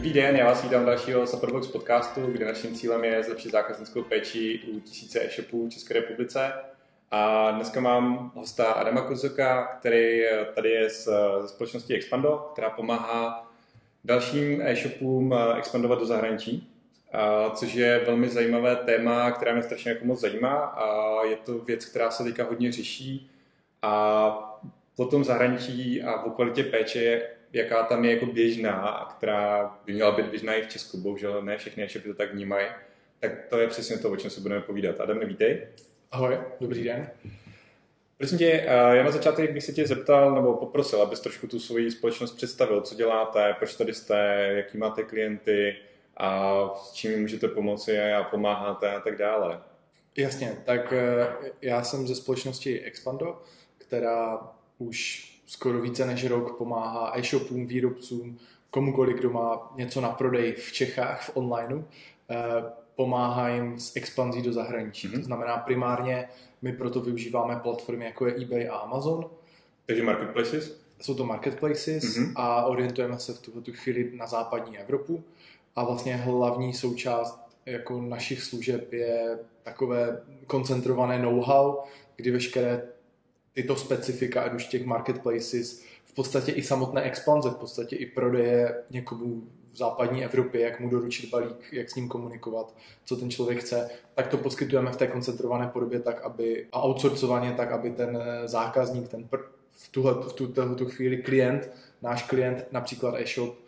Dobrý den, já vás vítám dalšího Supportbox podcastu, kde naším cílem je zlepšit zákaznickou péči u tisíce e-shopů v České republice. A dneska mám hosta Adama Kuzoka, který tady je ze společnosti Expando, která pomáhá dalším e-shopům expandovat do zahraničí, což je velmi zajímavé téma, která mě strašně jako moc zajímá a je to věc, která se teďka hodně řeší a o tom zahraničí a o kvalitě péče, jaká tam je jako běžná a která by měla být běžná i v Česku. Bohužel ne všechny e-shopy to tak vnímají. Tak to je přesně to, o čem se budeme povídat. Adame, vítej. Ahoj, dobrý den. Prosím tě, já na začátek bych se tě zeptal nebo poprosil, abys trošku tu svoji společnost představil, co děláte, proč tady jste, jaký máte klienty a s čím můžete pomoci a pomáháte a tak dále. Jasně, tak já jsem ze společnosti Expando, která už skoro více než rok pomáhá e-shopům, výrobcům, komukoliv, kdo má něco na prodej v Čechách, v onlineu, pomáhá jim s expanzí do zahraničí. To znamená primárně, my proto využíváme platformy jako je eBay a Amazon. Takže marketplaces? Jsou to marketplaces a orientujeme se v tuto chvíli na západní Evropu. A vlastně hlavní součást jako našich služeb je takové koncentrované know-how, kdy veškeré tyto specifika, ať už těch marketplaces, v podstatě i samotné expanze, v podstatě i prodeje někomu v západní Evropě, jak mu doručit balík, jak s ním komunikovat, co ten člověk chce, tak to poskytujeme v té koncentrované podobě tak, aby, a outsourcovaně tak, aby ten zákazník, v tuto chvíli klient, náš klient, například e-shop,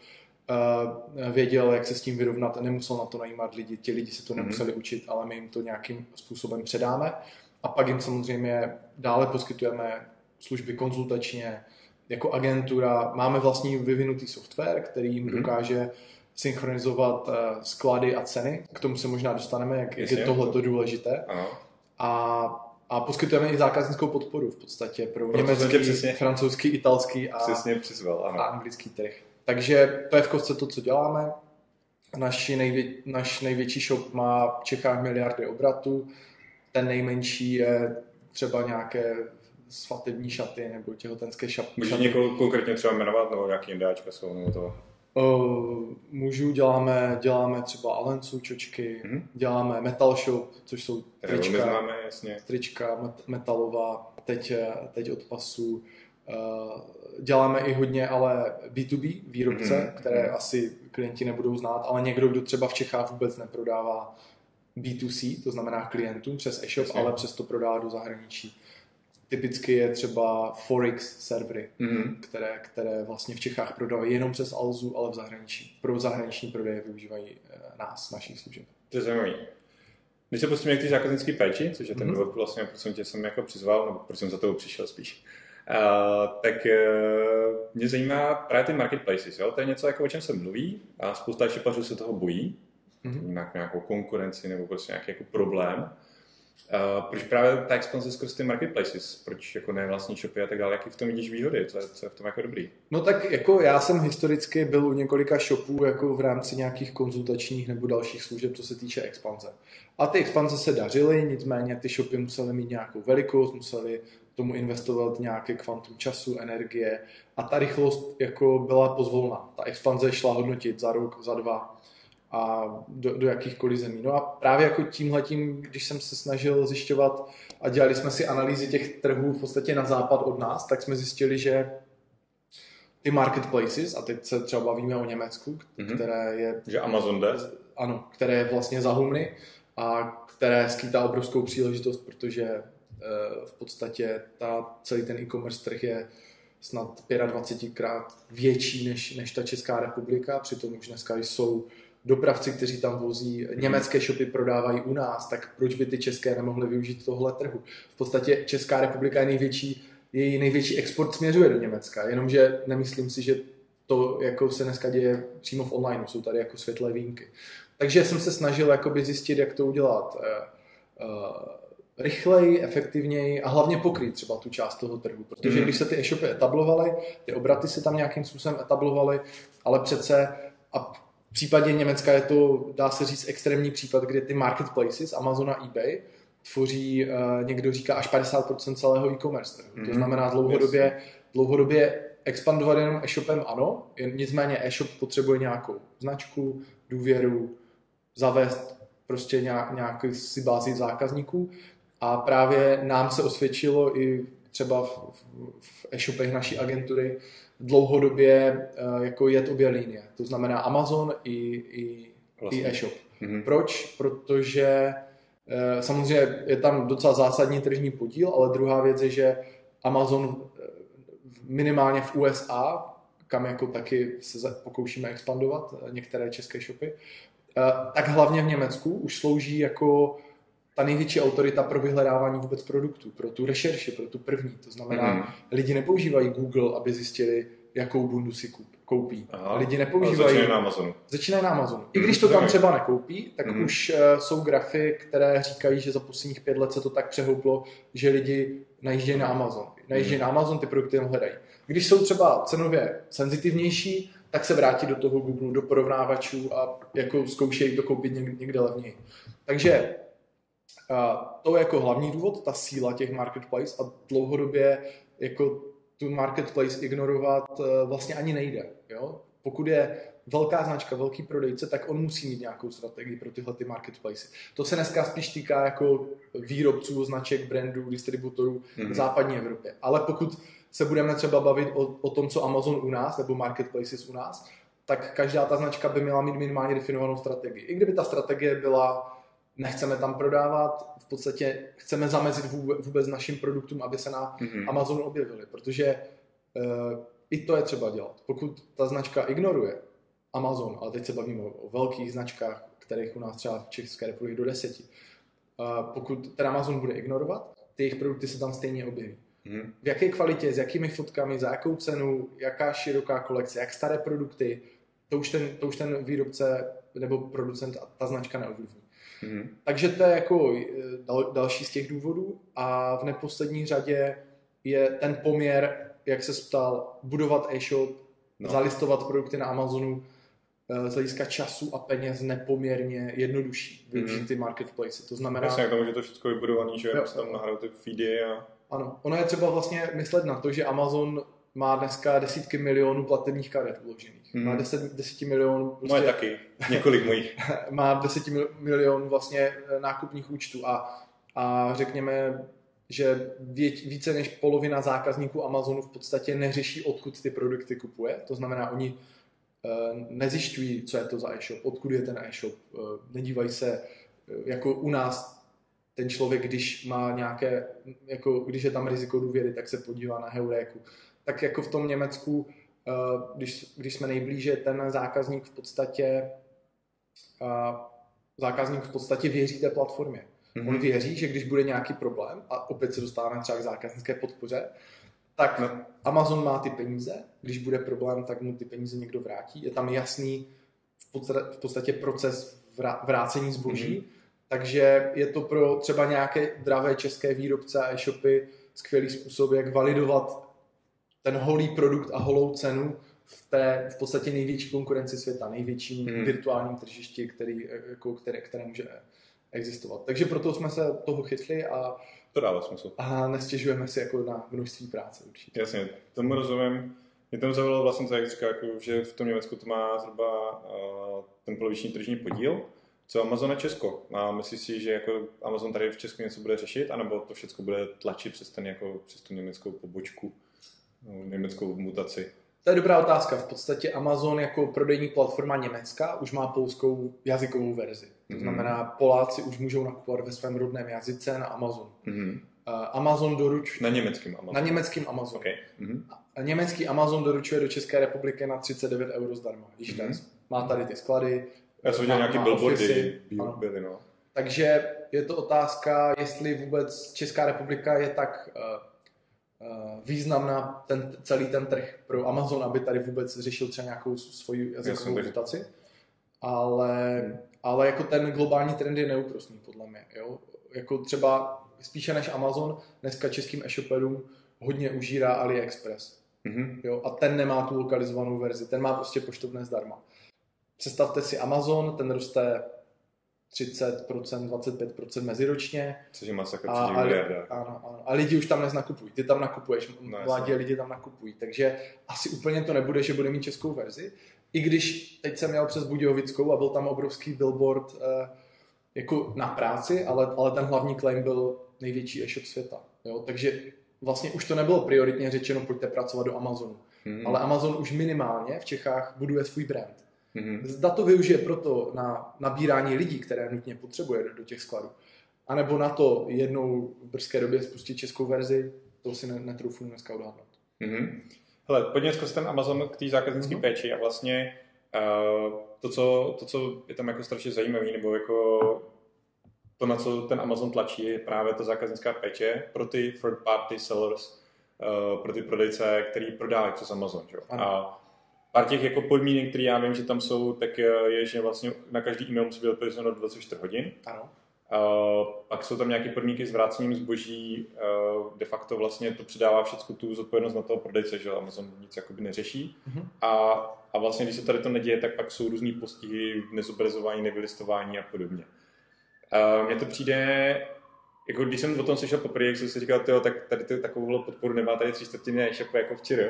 věděl, jak se s tím vyrovnat a nemusel na to najímat lidi. Ti lidi se to nemuseli učit, ale my jim to nějakým způsobem předáme. A pak jim samozřejmě dále poskytujeme služby konzultačně, jako agentura. Máme vlastní vyvinutý software, který jim dokáže synchronizovat sklady a ceny. K tomu se možná dostaneme, jak je tohleto důležité. A poskytujeme i zákaznickou podporu v podstatě pro německý, francouzský, italský a anglický trh. Takže to je v kostce to, co děláme. Náš největší shop má v Čechách miliardy obratů. Ten nejmenší je třeba nějaké svatební šaty nebo těhotenské šaty. Můžeš někoho konkrétně třeba jmenovat, nebo jaký NDAčka jsou, nebo to? Můžu, děláme třeba Alencu, čočky, děláme Metal Shop, což jsou trička metalová, teď od pasu. Děláme i hodně ale B2B výrobce, které asi klienti nebudou znát, ale někdo, kdo třeba v Čechách vůbec neprodává B2C, to znamená klientům přes e-shop, ale přesto prodává do zahraničí. Typicky je třeba Forex servery, které vlastně v Čechách prodávají jenom přes Alzu, ale v zahraničí. Pro zahraniční prodeje využívají našich služeb. To je zajímavé. Když se pustíme k té zákaznické péči, což je ten důvod vlastně, proč tě jsem jako přizval, nebo proč jsem za tebou přišel spíš, tak mě zajímá právě ty marketplaces. Jo? To je něco, jako o čem se mluví a spousta e-shopařů se toho bojí. Nějakou konkurenci nebo prostě nějaký jako problém. Proč právě ta expanze skrz ty marketplaces? Proč jako ne vlastní shopy a tak dále? Jaký v tom vidíš výhody? Co je v tom jako dobrý? No tak jako já jsem historicky byl u několika shopů jako v rámci nějakých konzultačních nebo dalších služeb, co se týče expanze. A ty expanze se dařily, nicméně ty shopy musely mít nějakou velikost, museli tomu investovat nějaké kvantum času, energie a ta rychlost jako byla pozvolná. Ta expanze šla hodnotit za rok, za dva a do jakýchkoliv zemí. No a právě jako tímhletím, když jsem se snažil zjišťovat a dělali jsme si analýzy těch trhů v podstatě na západ od nás, tak jsme zjistili, že ty marketplaces, a teď se třeba bavíme o Německu, které je... Že Amazon jde? Ano, které je vlastně za humny a které skýtá obrovskou příležitost, protože v podstatě celý ten e-commerce trh je snad 25krát větší než ta Česká republika, přitom už dneska jsou dopravci, kteří tam vozí, německé shopy prodávají u nás, tak proč by ty české nemohly využít tohle trhu? V podstatě Česká republika je její největší export směřuje do Německa, jenomže nemyslím si, že to jako se dneska děje přímo v online, jsou tady jako světlé výjimky. Takže jsem se snažil jakoby zjistit, jak to udělat rychleji, efektivněji a hlavně pokrýt třeba tu část toho trhu, protože když se ty e-shopy etablovaly, ty obraty se tam nějakým způsobem etablovaly, ale přece a v případě Německa je to, dá se říct, extrémní případ, kde ty marketplaces, Amazon a eBay, tvoří, někdo říká, až 50% celého e-commerce trhu. To znamená dlouhodobě expandovat jenom e-shopem ano, nicméně e-shop potřebuje nějakou značku, důvěru, zavést prostě nějaký si bázi zákazníků a právě nám se osvědčilo i třeba v e-shopech naší agentury dlouhodobě jako jet obě linie. To znamená Amazon i e-shop. Mm-hmm. Proč? Protože samozřejmě je tam docela zásadní tržní podíl, ale druhá věc je, že Amazon minimálně v USA, kam jako taky se pokoušíme expandovat některé české shopy, tak hlavně v Německu už slouží jako ta největší autorita pro vyhledávání vůbec produktů, pro tu rešerši, pro tu první. To znamená, lidi nepoužívají Google, aby zjistili, jakou bundu si koupí. Aha, lidi nepoužívají... Začínají na Amazonu. Začínají na Amazonu. I když to tam třeba nekoupí, tak už jsou grafy, které říkají, že za posledních 5 let se to tak přehouplo, že lidi najíždějí na Amazon. Najíždějí na Amazon, ty produkty jen hledají. Když jsou třeba cenově senzitivnější, tak se vrátí do toho Google, do porovnávačů a jako zkoušejí to koupit někde levněji. Takže to je jako hlavní důvod, ta síla těch marketplace a dlouhodobě jako tu marketplace ignorovat vlastně ani nejde. Jo? Pokud je velká značka, velký prodejce, tak on musí mít nějakou strategii pro tyhle ty marketplace. To se dneska spíš týká jako výrobců, značek, brandů, distributorů v západní Evropě. Ale pokud se budeme třeba bavit o tom, co Amazon u nás, nebo marketplaces u nás, tak každá ta značka by měla mít minimálně definovanou strategii. I kdyby ta strategie byla, nechceme tam prodávat, v podstatě chceme zamezit vůbec našim produktům, aby se na Amazonu objevily, protože i to je třeba dělat. Pokud ta značka ignoruje Amazon, ale teď se bavíme o velkých značkách, kterých u nás třeba v České republice do 10, pokud ten Amazon bude ignorovat, ty jejich produkty se tam stejně objeví. V jaké kvalitě, s jakými fotkami, za jakou cenu, jaká široká kolekce, jak staré produkty, to už ten výrobce nebo producent a ta značka neovlivní. Takže to je jako další z těch důvodů a v neposlední řadě je ten poměr, jak se ptal, budovat e-shop, zalistovat produkty na Amazonu z hlediska času a peněz nepoměrně jednodušší využít ty marketplace. To znamená... Vlastně k tomu, že to všechno je vybudovaný, že se tam nahrajou ty feedy a... Ano, ono je třeba vlastně myslet na to, že Amazon má dneska desítky milionů platebních karet uložených. Má 10 milionů... Prostě, moje taky, několik mojich. Má 10 milionů vlastně nákupních účtů a řekněme, že více než polovina zákazníků Amazonu v podstatě neřeší, odkud ty produkty kupuje. To znamená, oni nezjišťují, co je to za e-shop, odkud je ten e-shop. Nedívají se, jako u nás ten člověk, když má nějaké, jako když je tam riziko důvěry, tak se podívá na heuréku. Tak jako v tom Německu, když jsme nejblíže, ten zákazník v podstatě věří té platformě. On věří, že když bude nějaký problém, a opět se dostáváme třeba k zákaznické podpoře, tak Amazon má ty peníze, když bude problém, tak mu ty peníze někdo vrátí. Je tam jasný v podstatě proces vrácení zboží, takže je to pro třeba nějaké dravé české výrobce a e-shopy skvělý způsob, jak validovat ten holý produkt a holou cenu v podstatě největší konkurenci světa, největším virtuálním tržišti, které může existovat. Takže proto jsme se toho chytli a to dává smysl. A nestěžujeme si jako na množství práce určitě. Jasně, tomu rozumím. Mě tam zavolalo vlastně, jak říká, jako, že v tom Německu to má zhruba ten poloviční tržní podíl. Co Amazon a Česko? A myslíš si, že jako Amazon tady v Česku něco bude řešit, anebo to všechno bude tlačit přes tu německou pobočku, německou mutaci? To je dobrá otázka. V podstatě Amazon jako prodejní platforma Německa už má polskou jazykovou verzi. To znamená, Poláci už můžou nakupovat ve svém rodném jazyce na Amazon. Amazon doručuje... Na německém Amazonu. Okay. Německý Amazon doručuje do České republiky na 39 € zdarma. Když dnes má tady ty sklady. Já jsem viděl nějaký billboardy. No. Takže je to otázka, jestli vůbec Česká republika je tak významná celý ten trh pro Amazon, aby tady vůbec řešil třeba nějakou svoji jazykovou mutaci. Ale jako ten globální trend je neúprosný, podle mě. Jo? Jako třeba spíše než Amazon, dneska českým e-shoperům hodně užírá AliExpress. Jo? A ten nemá tu lokalizovanou verzi, ten má prostě poštovné zdarma. Představte si Amazon, ten roste 30%, 25% meziročně. Což je masakr, 3 miliarda. Ano. A lidi už tam dnes nakupují. Ty tam nakupuješ, mladí lidi tam nakupují. Takže asi úplně to nebude, že bude mít českou verzi. I když teď jsem jel přes Budějovickou a byl tam obrovský billboard jako na práci, ale ten hlavní claim byl největší e-shop světa. Jo? Takže vlastně už to nebylo prioritně řečeno, pojďte pracovat do Amazonu. Ale Amazon už minimálně v Čechách buduje svůj brand. Zda to využije proto na nabírání lidí, které nutně potřebuje do těch skladů. A nebo na to jednou v brzké době spustit českou verzi, to si netroufnu dneska odhadnout. Hele, pojďme zkusit ten Amazon k té zákaznické péči a vlastně to, co je tam jako strašně zajímavé, nebo jako to, na co ten Amazon tlačí, je právě ta zákaznická péče pro ty third party sellers, pro ty prodejce, který prodávají přes Amazon. Že? A pár těch jako podmínek, které já vím, že tam jsou, tak je, že vlastně na každý e-mail musí být odpovězeno 24 hodin. Ano. Pak jsou tam nějaké podmínky s vrácením zboží, de facto vlastně to předává všechno tu zodpovědnost na toho prodejce, že Amazon nic jakoby neřeší. A vlastně, když se tady to neděje, tak pak jsou různý postihy, nezobrazování, nevylistování a podobně. Mně to přijde, jako když jsem o tom slyšel poprvé, jak jsem si říkal, tak tady takovou podporu nemá tady 3/4 e-shopu jako včera.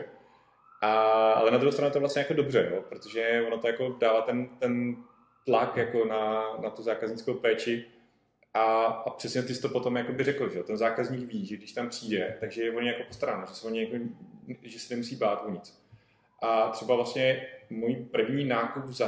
Ale na druhou stranu to vlastně jako dobře, jo, protože ono to jako dává ten tlak jako na tu zákaznickou péči a přesně ty jsi to potom jako by řekl, že ten zákazník ví, že když tam přijde, takže je o ně jako postaráno, že se nemusí bát o nic. A třeba vlastně můj první nákup u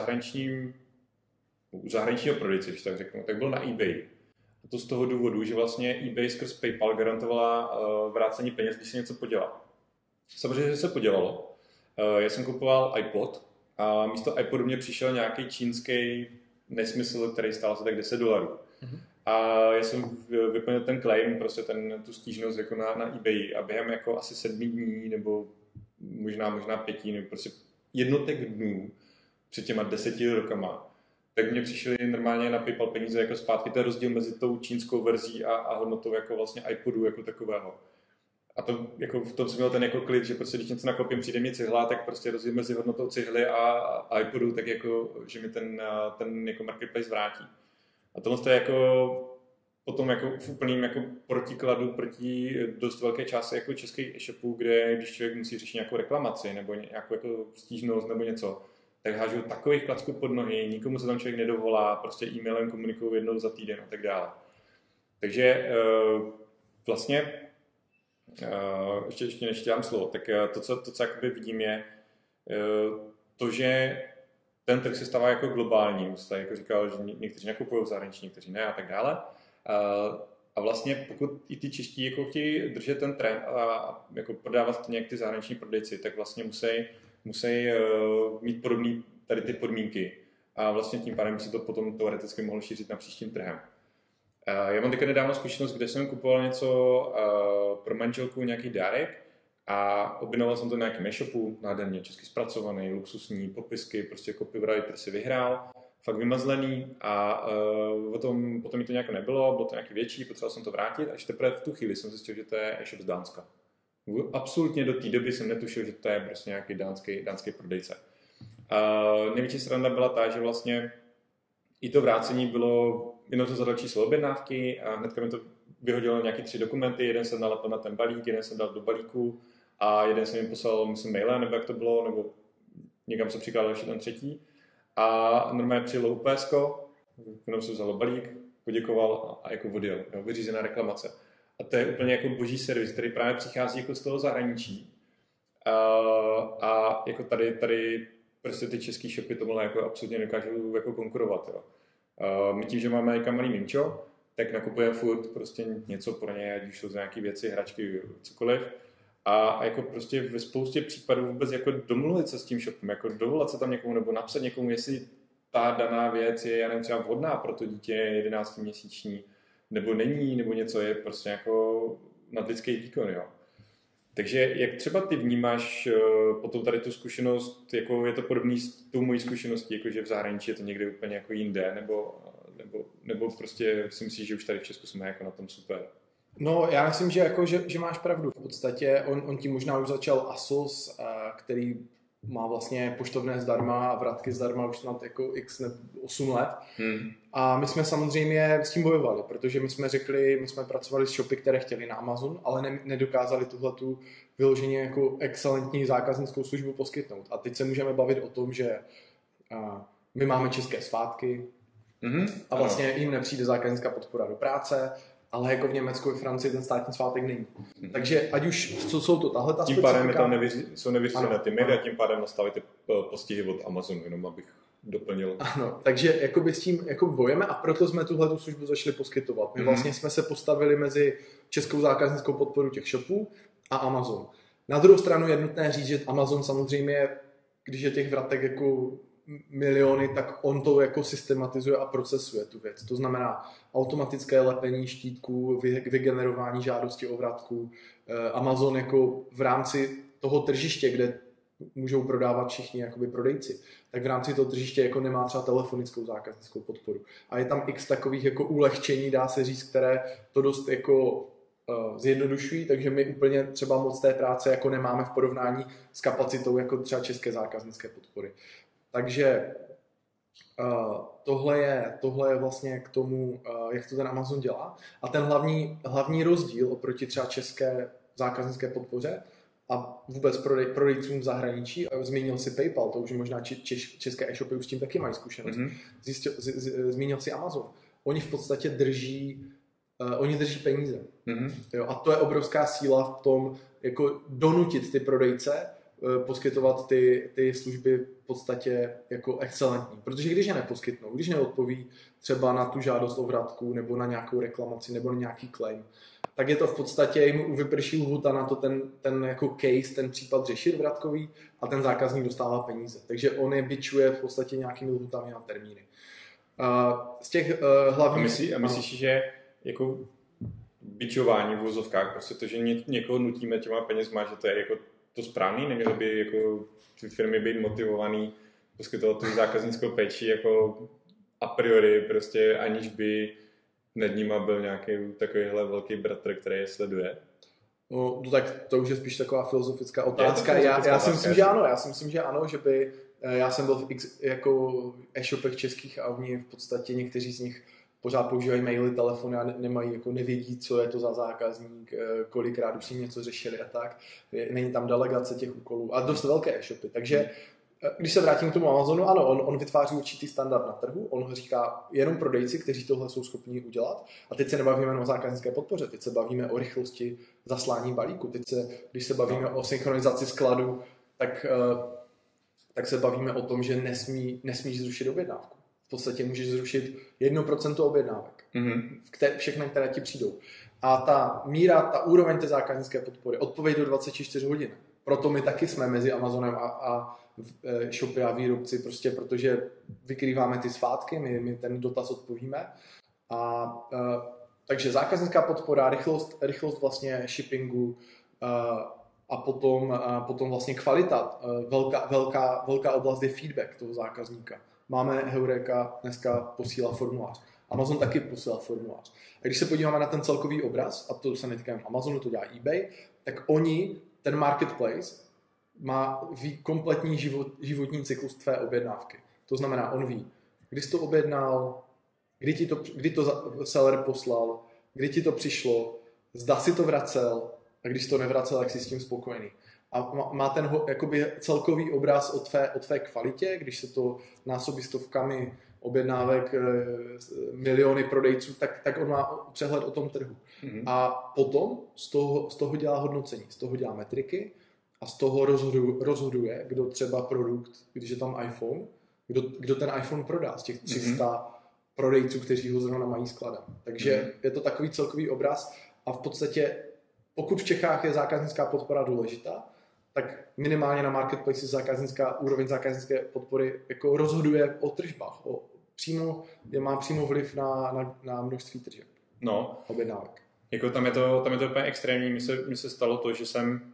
zahraničního prodejce, když tak řeknu, tak byl na eBay. A to z toho důvodu, že vlastně eBay skrz PayPal garantovala vrácení peněz, když se něco podělá. Samozřejmě, že se podělalo. Já jsem kupoval iPod a místo iPodu mě přišel nějaký čínský nesmysl, který stál asi tak $10. A já jsem vyplnil ten claim, prostě tu stížnost jako na eBay a během jako asi 7 dní nebo možná 5, nebo prostě jednotek dnů před těma 10 rokama, tak mě přišly normálně na PayPal peníze jako zpátky ten rozdíl mezi tou čínskou verzí a hodnotou jako vlastně iPodu jako takového. A to jako v tom jsem měl ten jako klid, že prostě když něco nakoupím, přijde mi cihla, tak prostě rozdíl mezi hodnotou cihly a iPodu, tak jako, že mi ten jako marketplace vrátí. A tohle je jako potom jako v úplným jako protikladu proti dost velké části jako českých e-shopů, kde když člověk musí řešit nějakou reklamaci nebo nějakou jako stížnost nebo něco, tak hážou takových klacků pod nohy, nikomu se tam člověk nedovolá, prostě e-mailem komunikují jednou za týden a tak dále. Takže vlastně ještě než dám slovo, tak to, co jakoby vidím, je to, že ten trh se stává jako globální. Jste jako říkal, že někteří nakupují v zahraničí, někteří ne a tak dále. A vlastně pokud i ty čeští jako chtějí držet ten trend a jako prodávat nějak ty zahraniční prodejci, tak vlastně musí mít podobné tady ty podmínky. A vlastně tím pádem by se to potom teoreticky mohlo šířit na příštím trhem. Já mám teďka nedávno zkušenost, kde jsem kupoval něco pro manželku, nějaký dárek a objednal jsem to na nějakém e-shopu, nádherně česky zpracovaný, luxusní popisky, prostě copywriter si vyhrál, fakt vymazlený a potom mi to nějak nebylo, bylo to nějaký větší, potřeboval jsem to vrátit, až teprve v tu chvíli jsem zjistil, že to je e-shop z Dánska. Absolutně do té doby jsem netušil, že to je prostě nějaký dánský prodejce. Největší sranda byla ta, že vlastně i to vrácení bylo, jenom jsem zadal číslo objednávky a hnedka mi to vyhodilo nějaký 3 dokumenty, jeden jsem nalepil na ten balík, jeden jsem dal do balíku a jeden jsem jim poslal, myslím, mailem, nebo jak to bylo, nebo někam se přikládal ještě ten třetí. A normálně přijelo UPSko, jenom jsem vzal balík, poděkoval a jako odjel, jo, vyřízená reklamace. A to je úplně jako boží servis, který právě přichází jako z toho zahraničí. A jako tady prostě ty český shopy tohle jako absolutně nedokážou jako konkurovat. Jo. My tím, že máme nějaká malý mimčo, tak nakupujeme furt prostě něco pro ně, ať už jsou nějaké věci, hračky, cokoliv. A jako prostě ve spoustě případů vůbec jako domluvit se s tím shopem, jako dovolat se tam někomu nebo napsat někomu, jestli ta daná věc je, já nevím, třeba vhodná pro to dítě 11měsíční, nebo není, nebo něco je prostě jako nadlidský výkon, jo. Takže jak třeba ty vnímáš potom tady tu zkušenost, jako je to podobný s tou mojí zkušeností, jako že v zahraničí je to někde úplně jako jinde, nebo prostě si myslíš, že už tady v Česku jsme jako na tom super? No, já myslím, že máš pravdu. V podstatě on tím možná už začal ASOS, který má vlastně poštovné zdarma a vratky zdarma už snad jako 8 let. A my jsme samozřejmě s tím bojovali, protože my jsme pracovali s shopy, které chtěli na Amazon, ale nedokázali tuhletu vyloženě jako excelentní zákaznickou službu poskytnout. A teď se můžeme bavit o tom, že my máme české svátky a vlastně jim nepřijde zákaznická podpora do práce, ale jako v Německu a Francii ten státní svátek není. Takže ať už co jsou to tahle ta tím pádem je tam jsou nevyřízené ty medy a tím pádem nastaví ty postihy od Amazonu, jenom abych doplnil. Ano, takže jakoby s tím jako bojujeme a proto jsme tuhletu službu začali poskytovat. My vlastně jsme se postavili mezi českou zákaznickou podporu těch shopů a Amazon. Na druhou stranu je nutné říct, že Amazon samozřejmě, když je těch vratek jako miliony, tak on to jako systematizuje a procesuje tu věc. To znamená automatické lepení štítků, vygenerování žádosti o vratku. Amazon jako v rámci toho tržiště, kde můžou prodávat všichni jakoby prodejci, tak v rámci toho tržiště jako nemá třeba telefonickou zákaznickou podporu. A je tam x takových jako ulehčení, dá se říct, které to dost jako zjednodušují, takže my úplně třeba moc té práce jako nemáme v porovnání s kapacitou jako třeba české zákaznické podpory. Takže tohle je vlastně k tomu, jak to ten Amazon dělá. A ten hlavní rozdíl oproti třeba české zákaznické podpoře a vůbec prodejcům v zahraničí, zmínil si PayPal, to už možná české e-shopy už s tím taky mají zkušenost. Zmínil si Amazon. Oni v podstatě drží peníze. Jo, a to je obrovská síla v tom, jako donutit ty prodejce poskytovat ty služby v podstatě jako excelentní. Protože když je neposkytnou, když neodpoví třeba na tu žádost o vratku nebo na nějakou reklamaci nebo na nějaký claim, tak je to v podstatě, jim vyprší lhůta na to ten jako case, ten případ řešit vratkový a ten zákazník dostává peníze. Takže on je bičuje v podstatě nějakými lhůtami na termíny. Z těch hlavních... A myslíš, že jako bičování v vozovkách, prostě to, že někoho nutíme těma penězma, že to je jako to správný, neměly by jako ty firmy být motivovaný poskytovat tu zákaznickou péči jako a priori, prostě aniž by nad nima byl nějaký takovýhle velký bratr, který je sleduje? No, tak to už je spíš taková filozofická otázka. Já si myslím, že ano. Že by... Já jsem byl v jako e-shopech českých a oni v podstatě někteří z nich pořád používají maily, telefony a nevědí, co je to za zákazník, kolikrát už si něco řešili a tak. Není tam delegace těch úkolů a dost velké e-shopy. Takže když se vrátím k tomu Amazonu, ano, on vytváří určitý standard na trhu, on ho říká jenom prodejci, kteří tohle jsou schopni udělat. A teď se nebavíme o zákaznické podpoře, teď se bavíme o rychlosti zaslání balíku. Když se bavíme o synchronizaci skladu, tak se bavíme o tom, že nesmíš zrušit objednávku. V podstatě můžeš zrušit 1% objednávek. Všechny, které ti přijdou. A ta úroveň té zákaznické podpory odpověď do 24 hodin. Proto my taky jsme mezi Amazonem a shopy a výrobci, prostě protože vykrýváme ty svátky, my ten dotaz odpovíme. Takže zákaznická podpora, rychlost vlastně shippingu a potom vlastně kvalita. Velká oblast je feedback toho zákazníka. Máme Heureka, dneska posílá formulář. Amazon taky posílá formulář. A když se podíváme na ten celkový obraz, a to se netýká jen Amazonu, to dělá eBay, tak ten marketplace ví kompletní životní cyklus tvé objednávky. To znamená, on ví, kdy jsi to objednal, kdy to seller poslal, kdy ti to přišlo, zda si to vracel a když to nevracel, jak jsi s tím spokojený. A má ten jakoby celkový obraz o tvé kvalitě, když se to násobí stovkami objednávek, miliony prodejců, tak on má přehled o tom trhu. A potom z toho dělá hodnocení, z toho dělá metriky a z toho rozhoduje, kdo třeba produkt, když je tam iPhone, kdo ten iPhone prodá z těch 300 prodejců, kteří ho zrovna mají skladem. Takže je to takový celkový obraz a v podstatě, pokud v Čechách je zákaznická podpora důležitá, tak minimálně na marketplace úroveň zákaznické podpory jako rozhoduje o tržbách. Má přímo vliv na množství tržeb. No. Objednávek. Jako tam je to úplně extrémní. Mně se stalo to, že jsem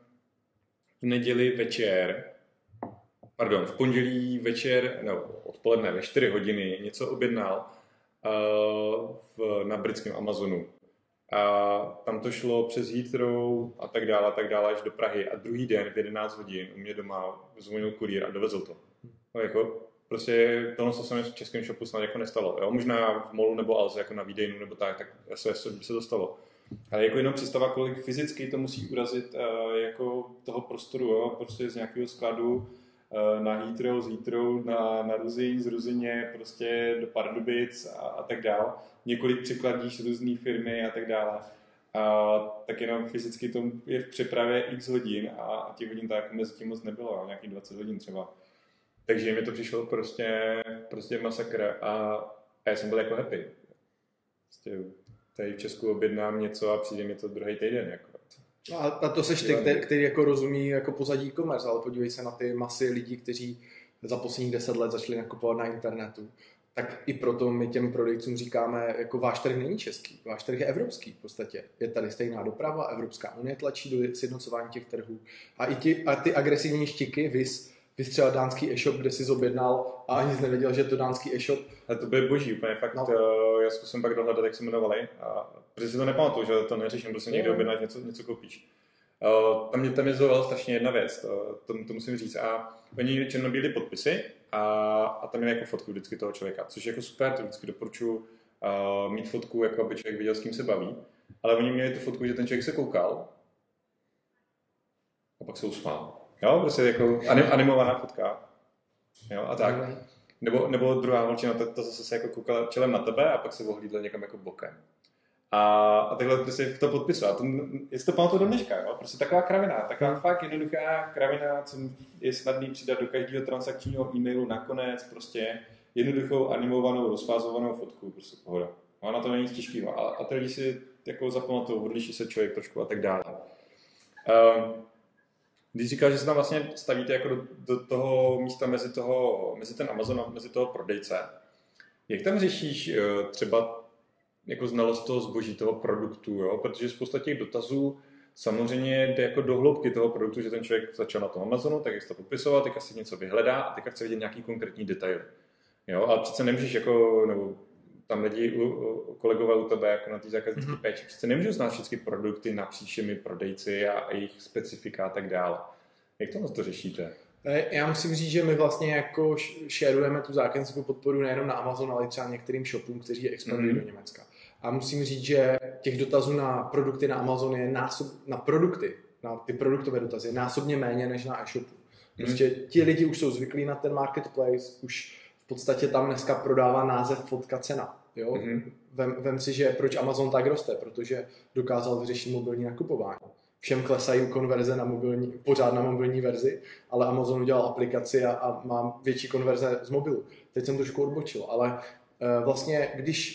v pondělí večer, odpoledne ve 4 hodiny něco objednal na britském Amazonu. A tam to šlo přes Heathrow a tak dále, až do Prahy. A druhý den v 11 hodin u mě doma zvonil kurýr a dovezl to. No, jako, prostě tohle se mi v českém shopu snad jako nestalo. Jo? Možná v Molu nebo Alze jako na výdejnu nebo tak by se to stalo. Ale jako jenom představa, kolik fyzicky to musí urazit jako toho prostoru, jo? Prostě z nějakého skladu na Heathrow, z Heathrow na Ruzyň, z Ruzyně prostě do Pardubic a tak dále. Několik překladíš z různé firmy a tak dále. A tak jenom fyzicky to je v přepravě x hodin a těch hodin tak mezi tím moc nebylo, nějakých 20 hodin třeba. Takže mi to přišlo prostě masakr a já jsem byl jako happy. Prostě tady v Česku objednám něco a přijde mi to druhý týden. Jako. A to seš ty, který jako rozumí jako pozadí e-commerce, ale podívej se na ty masy lidí, kteří za posledních 10 let začali nakupovat na internetu. Tak i proto my těm prodejcům říkáme, jako váš trh není český, váš trh je evropský v podstatě. Je tady stejná doprava, Evropská unie tlačí do sjednocování těch trhů. A ty agresivní štiky, vys třeba dánský e-shop, kde jsi zobjednal a ani nevěděl, že je to dánský e-shop. Ale to bylo boží, úplně fakt. No. Já zkusím pak dohledat, jak se jmenovali. Protože si to nepamatuju, že to neřeším, prostě někde objednat, něco koupíš. Tam mě zaujala strašně jedna věc, to musím říct. A oni černobílí podpisy a tam je jako fotku vždycky toho člověka, což je jako super, to vždycky doporučuji mít fotku, jako aby člověk viděl, s kým se baví. Ale oni měli tu fotku, že ten člověk se koukal a pak se usmál. Jo, prostě jako animovaná fotka. Jo, a tak. Nebo druhá holčina, to zase se jako koukala čelem na tebe a pak se ohlídla někam jako bokem. A takhle prostě v to podpisu. A to, jestli to pamatuju do dneška, jo? Prostě taková kravina, taková fakt jednoduchá kravina, co je snadný přidat do každého transakčního e-mailu nakonec, prostě jednoduchou animovanou, rozfázovanou fotku, prostě pohoda. No, na to není nic těžkého. A ty lidi si jako zapamatují, odliší se člověk trošku a tak dále. Když říkáš, že se tam vlastně stavíte jako do toho místa mezi ten Amazon a mezi toho prodejce, jak tam řešíš třeba jako znalost toho zboží, toho produktu, jo? Protože spousta těch dotazů samozřejmě jde jako do hloubky toho produktu, že ten člověk začal na tom Amazonu, tak jak se to popisovat, teďka si něco vyhledá a teďka chce vidět nějaký konkrétní detaily. Jo? Ale přece nemůžeš jako, nebo tam lidi, kolegové u tebe jako na té zákaznické péči, přece nemůžu znát všechny produkty napříč všemi prodejci a jejich specifika a tak dále. Jak to řešíte? Já musím říct, že my vlastně jako šerujeme tu zákaznickou podporu nejenom na Amazon, ale i třeba některým shopům, kteří expandují do Německa. A musím říct, že těch dotazů na produkty na Amazon je na ty produktové dotazy je násobně méně než na e-shopu. Prostě ti lidi už jsou zvyklí na ten marketplace, už v podstatě tam dneska prodává název fotka cena. Jo? Vem si, že proč Amazon tak roste, protože dokázal vyřešit mobilní nakupování. Všem klesají konverze pořád na mobilní verzi, ale Amazon udělal aplikaci a má větší konverze z mobilu. Teď jsem trošku odbočil, ale vlastně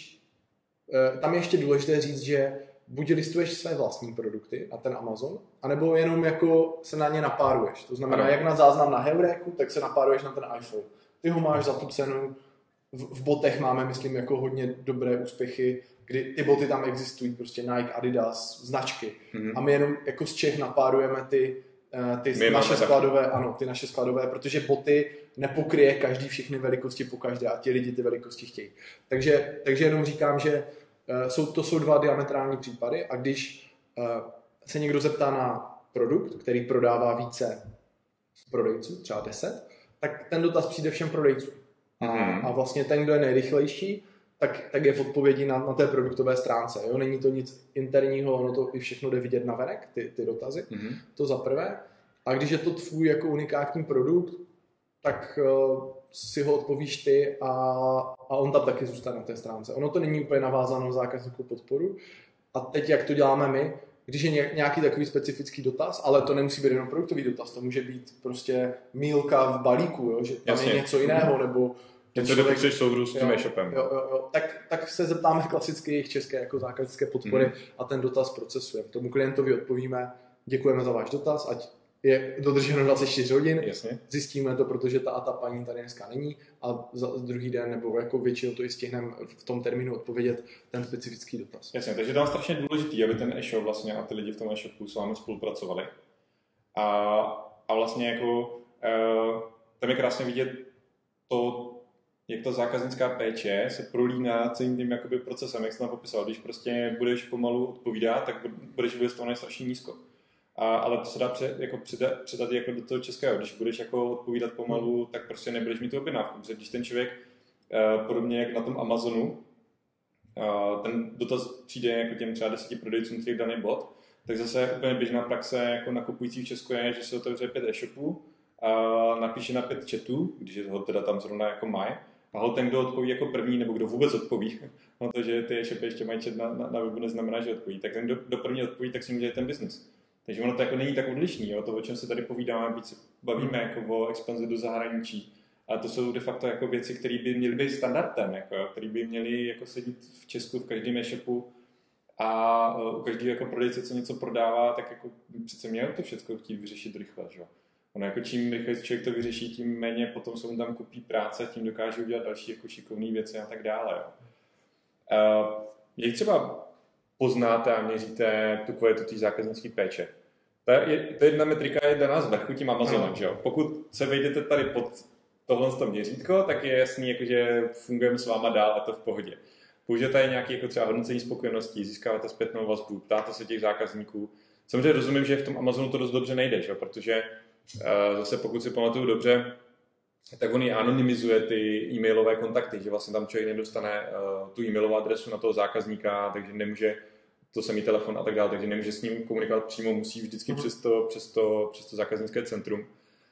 tam je ještě důležité říct, že buď listuješ své vlastní produkty na ten Amazon, anebo jenom jako se na ně napáruješ. To znamená, jak na záznam na Heuréku, tak se napáruješ na ten iPhone. Ty ho máš za tu cenu. V botech máme, myslím, jako hodně dobré úspěchy, kdy ty boty tam existují, prostě Nike, Adidas, značky. A my jenom jako z Čech napárujeme ty naše skladové, ty naše skladové, protože boty nepokryje každý všechny velikosti po každé a ti lidi ty velikosti chtějí. Takže jenom říkám, že to jsou dva diametrální případy a když se někdo zeptá na produkt, který prodává více prodejců, třeba 10, tak ten dotaz přijde všem prodejcům. A vlastně ten, kdo je nejrychlejší, tak je v odpovědi na té produktové stránce. Jo? Není to nic interního, ono to i všechno jde vidět navenek, ty dotazy. To za prvé. A když je to tvůj jako unikátní produkt, tak si ho odpovíš ty a on tam taky zůstane na té stránce. Ono to není úplně navázáno na zákaznickou podporu. A teď, jak to děláme my, když je nějaký takový specifický dotaz, ale to nemusí být jenom produktový dotaz, to může být prostě mílka v balíku, jo? Že tam je něco jiného, nebo něco dopočteš souhru s tím e-shopem. Tak se zeptáme klasicky jejich české jako zákaznické podpory a ten dotaz procesujeme. Tomu klientovi odpovíme, děkujeme za váš dotaz, ať je dodrženo 24 hodin, zjistíme to, protože ta a ta paní tady dneska není a za druhý den nebo jako většinou to i stihneme v tom termínu odpovědět ten specifický dotaz. Jasně, takže tam strašně důležitý, aby ten e-shop vlastně a ty lidi v tom e-shopu s vámi spolupracovali. A vlastně jako tam je krásně vidět to, jak ta zákaznická péče se prolíná celým tím jakoby procesem, jak jsi tam popisoval. Když prostě budeš pomalu odpovídat, tak budeš vystavovaný strašně nízko. Ale to se dá předat jako do toho českého. Když budeš jako odpovídat pomalu, tak prostě nebudeš mít tu objednávku. Protože když ten člověk, podobně jak na tom Amazonu, ten dotaz přijde jako těm třeba 10 prodejcům, který daný bod, tak zase úplně běžná praxe jako nakupující v Česku je, že se otevře 5 e-shopů a napíše na 5 chatů, když ho teda tam zrovna jako mají. A ten, kdo odpoví jako první, nebo kdo vůbec odpoví, no to, že ty e-shopy ještě mají chat na webu, neznamená, že odpoví. Tak ten, kdo první odpoví, tak si může ten business. Takže ono to jako není tak odlišný, jo? To, o čem se tady povídáme, víc se bavíme jako o expanzi do zahraničí. A to jsou de facto jako věci, které by měly být standardem, jako, které by měly jako sedět v Česku v každém e-shopu a u každého jako prodejce, co něco prodává, tak jako přece měl to všechno chtít vyřešit rychle. Že? Ono jako čím rychleji člověk to vyřeší, tím méně potom se mu tam kupí práce, tím dokáže udělat další jako šikovné věci a tak dále. Jo. Jak třeba poznáte a měříte tu kvalitu té zákaznické péče? To je jedna metrika, je daná z vrchu tím Amazonem. Že jo? Pokud se vejdete tady pod tohle měřítko, tak je jasný, jako, že fungujeme s váma dál a to v pohodě. Použijete nějaké jako třeba hodnocení spokojenosti, získáváte zpětnou vazbu, ptáte se těch zákazníků. Samozřejmě rozumím, že v tom Amazonu to dost dobře nejde, že? Protože zase pokud si pamatuju dobře, tak on i anonymizuje ty e-mailové kontakty, že vlastně tam člověk nedostane tu e-mailovou adresu na toho zákazníka, takže nemůže to samý telefon a tak dále, takže nemůže s ním komunikovat přímo, musí vždycky přes to zákaznické centrum.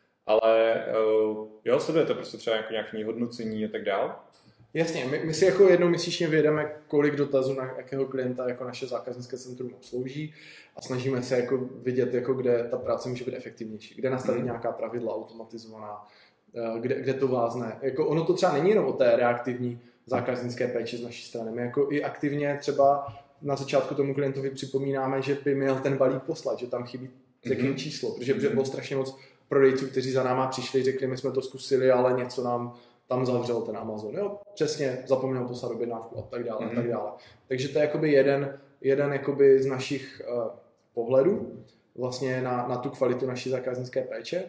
Ale jo, sledujete prostě třeba jako nějaké hodnocení a tak dále? Jasně, my si jako jednou měsíčně vyjedeme, kolik dotazů na jakého klienta jako naše zákaznické centrum obslouží a snažíme se jako vidět, jako kde ta práce může být efektivnější, kde nastavit nějaká pravidla automatizovaná, kde to vázne. Jako ono to třeba není jenom o té reaktivní zákaznické péči z naší strany. My jako i aktivně třeba na začátku tomu klientovi připomínáme, že by měl ten balík poslat, že tam chybí takové číslo, protože bylo strašně moc prodejců, kteří za náma přišli, řekli, my jsme to zkusili, ale něco nám tam zavřel ten Amazon. Jo, přesně, zapomněl poslat objednávku a tak dále, a tak dále. Takže to je jakoby jeden jakoby z našich pohledů vlastně na tu kvalitu naší zákaznické péče.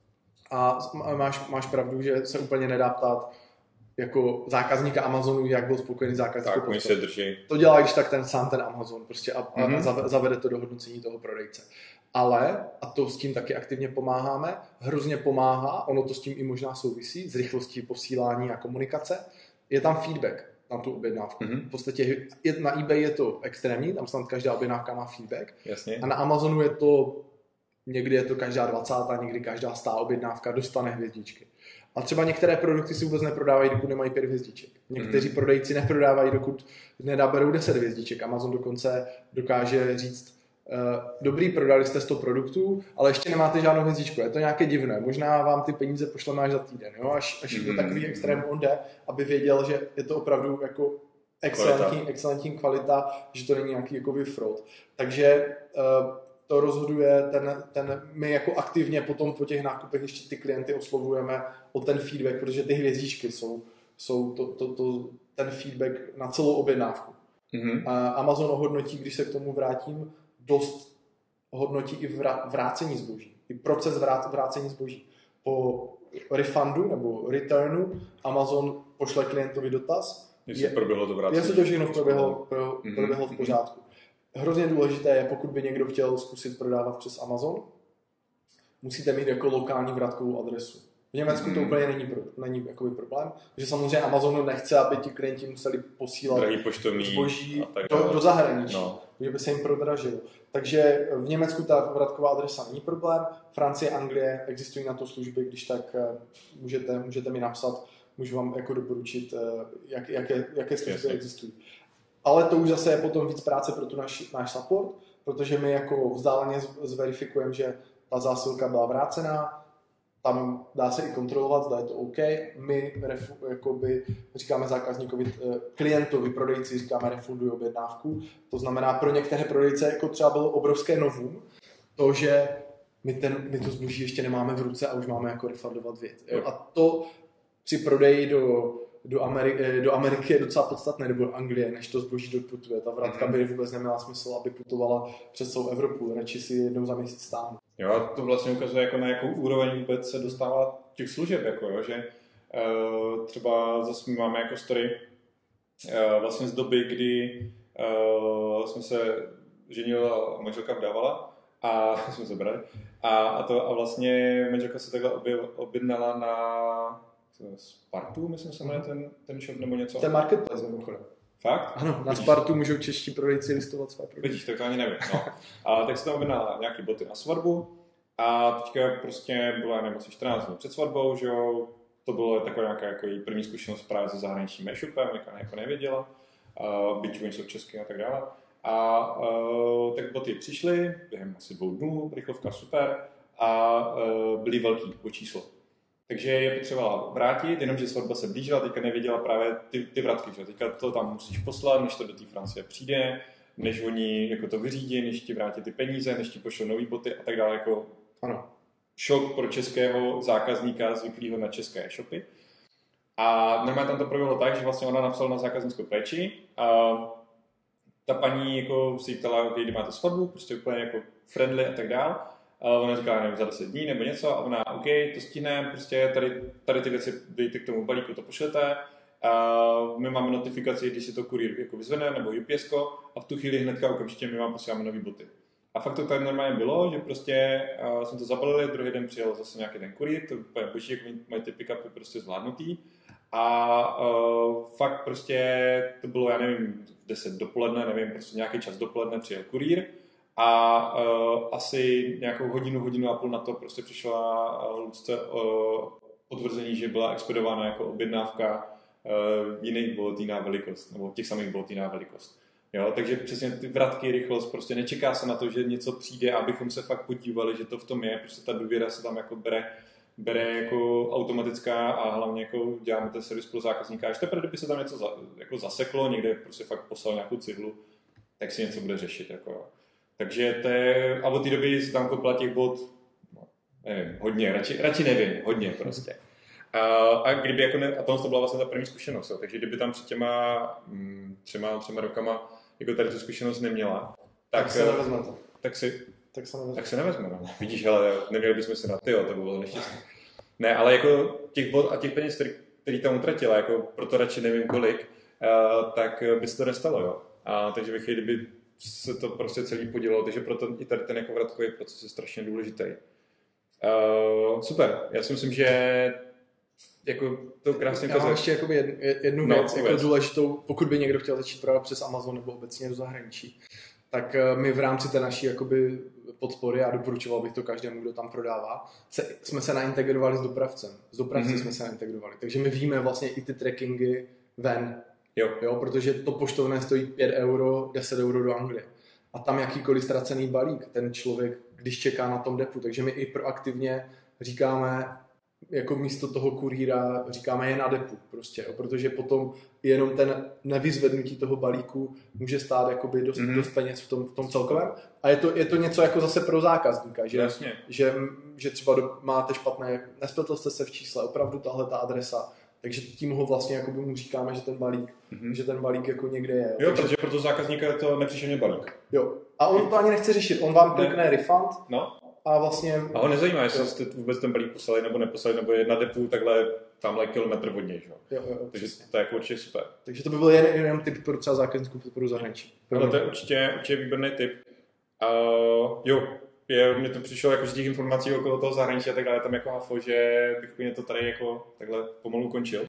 A máš pravdu, že se úplně nedá ptát jako zákazníka Amazonu, jak byl spokojený zákazník. Tak, oni se drží. To dělá, když tak ten Amazon prostě a zavede to do hodnocení toho prodejce. Ale, a to s tím taky aktivně pomáháme, hrozně pomáhá, ono to s tím i možná souvisí, s rychlostí posílání a komunikace, je tam feedback na tu objednávku. V podstatě na eBay je to extrémní, tam snad každá objednávka má feedback. Jasně. A na Amazonu je to, někdy je to každá 20, někdy každá 100 objednávka dostane hvězdičky. A třeba některé produkty si vůbec neprodávají, dokud nemají 5 hvězdiček. Někteří prodejci neprodávají, dokud nedaberou 10 hvězdiček. Amazon dokonce dokáže říct, dobrý, prodali jste 100 produktů, ale ještě nemáte žádnou hvězdičku. Je to nějaké divné. Možná vám ty peníze pošleme až za týden. Jo? Až do takový extrém on jde, aby věděl, že je to opravdu jako excelentní kvalita, že to není nějaký jakoby fraud. Takže to rozhoduje my jako aktivně potom po těch nákupech ještě ty klienty oslovujeme o ten feedback, protože ty hvězdičky jsou ten feedback na celou objednávku. Amazon hodnotí, když se k tomu vrátím, dost hodnotí i vrácení zboží, i proces vrácení zboží. Po refundu nebo returnu Amazon pošle klientovi dotaz, jestli proběhlo to vrácení. Jestli to všechno proběhlo v pořádku. Hrozně důležité je, pokud by někdo chtěl zkusit prodávat přes Amazon, musíte mít jako lokální vratkovou adresu. V Německu to úplně není jakoby problém, protože samozřejmě Amazon nechce, aby ti klienti museli posílat zboží do zahraničí, protože by se jim prodražilo. Takže v Německu ta vratková adresa není problém, Francie, Anglie existují na to služby, když tak můžete mi napsat, můžu vám jako doporučit, jaké služby existují. Ale to už zase je potom víc práce pro náš support, protože my jako vzdáleně zverifikujeme, že ta zásilka byla vrácená, tam dá se i kontrolovat, zda je to OK. My říkáme zákazníkovi, klientovi, prodejci, říkáme refunduj objednávku. To znamená, pro některé prodejce jako třeba bylo obrovské novum, to, že my to zboží ještě nemáme v ruce a už máme jako refundovat věc. A to při prodeji do Ameriky je docela podstatné, nebo do Anglie, než to zboží doputuje. Ta vratka by vůbec neměla smysl, aby putovala přes celou Evropu. Radši si jednou za měsíc stáhnu. Jo, to vlastně ukazuje, jako na jakou úroveň vůbec se dostává těch služeb, jako jo, že třeba zase máme jako story vlastně z doby, kdy jsme se ženil a manželka vdávala a jsme se brali a vlastně manželka se takhle objednala na Spartu, myslím se jmenuje ten shop nebo něco. To je marketplace mimochodem. Fakt? Ano, na Spartu můžou čeští prodejci listovat své produkty. Vidíš, tak to ani nevím. No. A tak se tam objednala nějaký boty na svatbu a teďka prostě byla, nevím, asi 14 dní před svatbou, že jo, to bylo taková nějaká jako její první zkušenost právě se zahraničním e-shopem, jako nevěděla, byť oni jsou český a tak dále. A tak boty přišly během asi 2 dnů, rychlovka super a byly velký o číslo. Takže je potřebovala vrátit, jenomže svatba se blížila, teďka nevěděla právě ty vratky, že? Teďka to tam musíš poslat, než to do té Francie přijde, než oni jako to vyřídí, než ti vrátí ty peníze, než ti pošlou nový boty a tak dále. Jako, ano, šok pro českého zákazníka zvyklého na české e-shopy. A normálně tam to proběhlo tak, že vlastně ona napsala na zákaznickou péči a ta paní jako si ptala, kdy máte svatbu, prostě úplně jako friendly a tak dále. A ona říká, nevím, za 10 dní nebo něco a ona, OK, to stihne, prostě tady ty věci dejte k tomu balíku, to pošlete. A my máme notifikaci, když si to kurýr jako vyzvedne nebo UPS a v tu chvíli hnedka okamžitě my vám posíláme nový boty. A fakt to tak normálně bylo, že prostě jsme to zabalili, druhý den přijel zase nějaký ten kurýr, to úplně boží, jak mají ty pick-upy prostě zvládnutý. A fakt prostě to bylo, já nevím, 10 dopoledne, nevím, prostě nějaký čas dopoledne přijel kurýr. A asi nějakou hodinu a půl na to prostě přišla Lucce potvrzení, že byla expedována jako objednávka jiných bot, jiná velikost, nebo těch samých bot, jiná velikost. Jo, takže přesně ty vratky, rychlost, prostě nečeká se na to, že něco přijde, abychom se fakt podívali, že to v tom je, prostě ta důvěra se tam jako bere jako automatická a hlavně jako děláme ten servis pro zákazníka. Až teprve, kdyby se tam něco jako zaseklo, někde prostě fakt poslal nějakou cihlu, tak si něco bude řešit. Jako. Takže to je, a od té doby se tam koupila těch bot, no, nevím, hodně, radši nevím, hodně prostě. A kdyby jako a tohle to byla vlastně ta první zkušenost, jo. Takže kdyby tam před těma třema rokama jako tady tu zkušenost neměla, tak se nevezme to. Tak se nevezme, no. Vidíš, hele, neměli bychom se na to by bylo neštěstí. Ne, ale jako těch bot a těch peněz, který tam utratila, jako proto radši nevím kolik, tak by se to nestalo, jo. Takže bych kdyby se to prostě celý podělalo, takže proto i tady ten jako vratkový proces je strašně důležitý. Super, já si myslím, že jako to krásně já mám ještě jednu věc, jako důležitou, pokud by někdo chtěl začít prodávat přes Amazon nebo obecně do zahraničí, tak my v rámci té naší jakoby podpory, a doporučoval bych to každému, kdo tam prodává, jsme se naintegrovali s dopravcem. S dopravci jsme se naintegrovali, takže my víme vlastně i ty trackingy ven. Jo, protože to poštovné stojí 5 euro, 10 euro do Anglie. A tam jakýkoliv ztracený balík, ten člověk, když čeká na tom depu, takže my i proaktivně říkáme, jako místo toho kurýra říkáme je na depu prostě, jo, protože potom jenom ten nevyzvednutí toho balíku může stát jakoby dost peněz v tom celkovém. A je to něco jako zase pro zákazníka, že třeba máte špatné, nespletl jste se v čísle, opravdu tahle ta adresa, takže tím ho vlastně jakoby mu říkáme, že ten balík jako někde je. Jo, takže pro toho zákazníka je to nepříšerný balík. Jo. A on to ani nechce řešit, on vám klikne refund. No. A vlastně... A ho nezajímá, jestli jste vůbec ten balík poslali nebo neposlali, nebo je na depu tamhle kilometr od něj, jo. Takže to je jako určitě super. Takže to by byl jenom tip pro třeba zákaznickou podporu zahraničí. Ale to je určitě výborný tip. Mně to přišlo jako z těch informací okolo toho zahraničí a tak dále, tam jako hafo, že bych mě to tady jako takhle pomalu končil.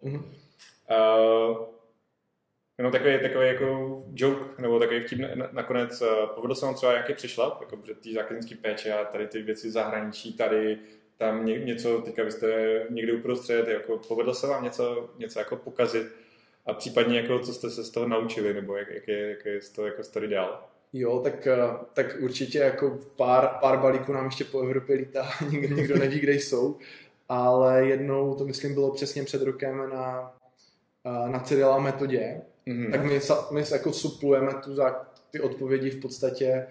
Jenom takový jako joke, nebo takový vtip nakonec povedl se vám třeba nějaký přešlap, jako před té zákaznické péče a tady ty věci zahraničí, tady tam něco, teďka vy jste někde uprostřed, jako povedlo se vám něco jako pokazit a případně jako co jste se z toho naučili, nebo jak je z toho jako story dál. Jo, tak určitě jako pár balíků nám ještě po Evropě lítá, nikdo neví, kde jsou, ale jednou, to myslím bylo přesně před rokem na Cyrila metodě, tak my jako suplujeme ty odpovědi v podstatě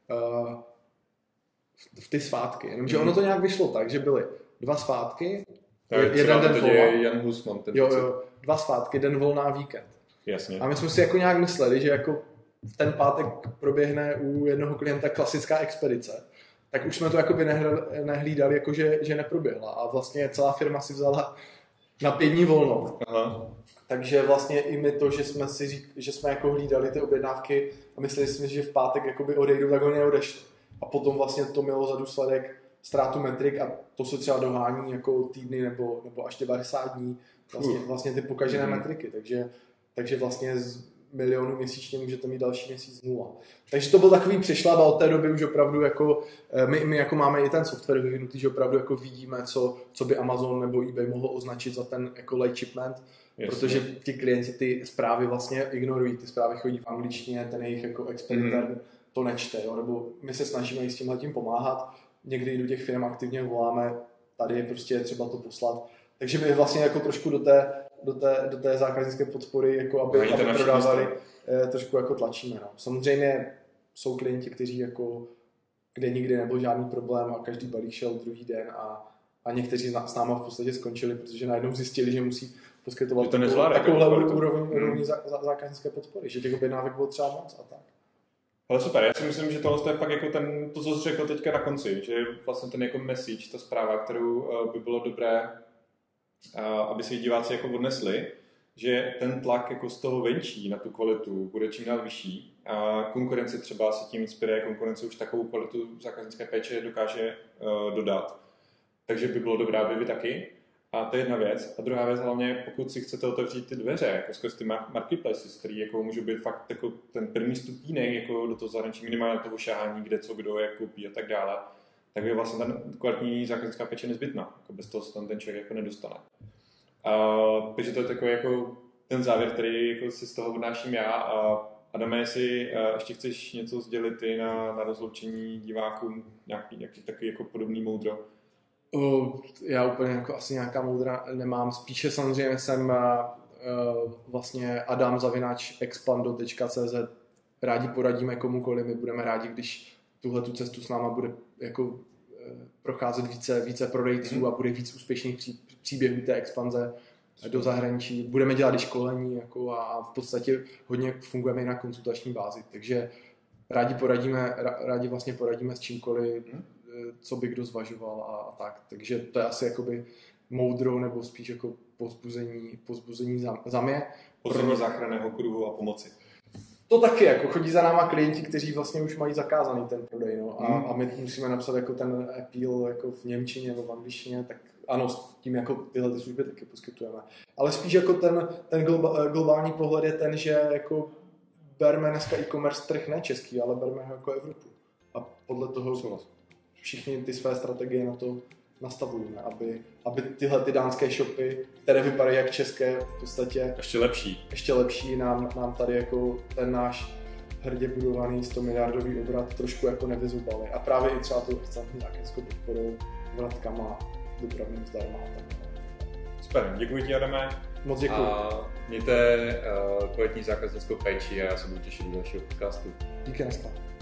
v ty svátky. Jenomže ono to nějak vyšlo tak, že byly 2 svátky, jeden den volná. Jan Husman. Jo, 2 svátky, den volná, víkend. Jasně. A my jsme si jako nějak mysleli, že jako v ten pátek proběhne u jednoho klienta klasická expedice. Tak už jsme to jakoby nehlídali, jako že neproběhla. A vlastně celá firma si vzala na 5 dní volno. Aha. Takže vlastně i my to, že jsme jako hlídali ty objednávky a mysleli jsme, že v pátek jakoby odejdou, tak oni neodešli. A potom vlastně to mělo za důsledek ztrátu metrik a to se třeba dohání jako týdny nebo až 90 dní vlastně ty pokažené metriky. Takže vlastně z milionu měsíčně můžete mít další měsíc 0. Takže to byl takový přešlap a od té doby už opravdu jako my jako máme i ten software vyvinutý, že opravdu jako vidíme, co by Amazon nebo eBay mohlo označit za ten jako late shipment. Jasně. Protože ti klienti ty zprávy vlastně ignorují, ty zprávy chodí v angličtině, ten jejich jako expediter to nečte, jo? Nebo my se snažíme i s tímhletím pomáhat, někdy do těch firm aktivně voláme, tady je prostě třeba to poslat, takže my vlastně jako trošku do té zákaznické podpory, jako aby prodávali, trošku jako tlačíme. No. Samozřejmě jsou klienti, kteří jako, kde nikdy nebyl žádný problém a každý balík šel druhý den a někteří s náma v podstatě skončili, protože najednou zjistili, že musí poskytovat takovouhle úroveň zákaznické podpory, že těch objednávek bylo třeba moc a tak. Ale super, já si myslím, že tohle je fakt jako to, co jsi řekl teďka na konci, že vlastně ten jako message, ta zpráva, kterou by bylo dobré, aby si diváci jako odnesli, že ten tlak jako z toho venčí na tu kvalitu bude čím dál vyšší a konkurence třeba se tím inspiruje, konkurence už takovou kvalitu zákaznické péče dokáže dodat. Takže by bylo dobré, aby vy taky. A to je jedna věc. A druhá věc hlavně, pokud si chcete otevřít ty dveře, jako skrz ty marketplaces, který jako můžou být fakt jako ten první stupínek jako do toho zahraničí, minimálně toho šahání, kde co kdo jak koupí a tak dále, tak je vlastně ta kvalitní zákaznická péče nezbytná. Jako bez toho se tam ten člověk jako nedostane. Takže to je takový jako ten závěr, který jako si z toho odnáším já. Adame, jestli ještě chceš něco sdělit ty na rozloučení divákům, nějaký takový jako podobný moudro? Já úplně jako asi nějaká moudra nemám. Spíše samozřejmě jsem vlastně adam@expando.cz. Rádi poradíme komukoliv, my budeme rádi, když tuhletu cestu s náma bude jako procházet více prodejců a bude víc úspěšných příběhů té expanze do zahraničí. Budeme dělat i školení jako a v podstatě hodně fungujeme i na konzultační bázi, takže rádi vlastně poradíme s čímkoliv, co by kdo zvažoval a tak. Takže to je asi jakoby moudro nebo spíš jako povzbuzení za mě. Pozdění záchranného kruhu a pomoci. To taky, jako chodí za náma klienti, kteří vlastně už mají zakázaný ten prodej, no, a my musíme napsat jako ten appeal jako v němčině nebo v angličtině, tak ano, s tím jako tyhle ty služby taky poskytujeme. Ale spíš jako ten globální pohled je ten, že jako berme dneska e-commerce trh ne český, ale berme ho jako Evropu. A podle toho všichni ty své strategie na to nastavujeme, aby tyhle ty dánské shopy, které vypadají jak české, v podstatě ještě lepší nám tady jako ten náš hrdě budovaný 100 miliardový obrat trošku jako nevyzubali. A právě i třeba tu excelentní zákaznickou podporou, vratkama, dopravním zdarma. Super, děkuji ti, Adame. Moc děkuji. A mějte kvalitní zákaznickou péči a já se budu těšit do dalšího podcastu. Díky, naschle.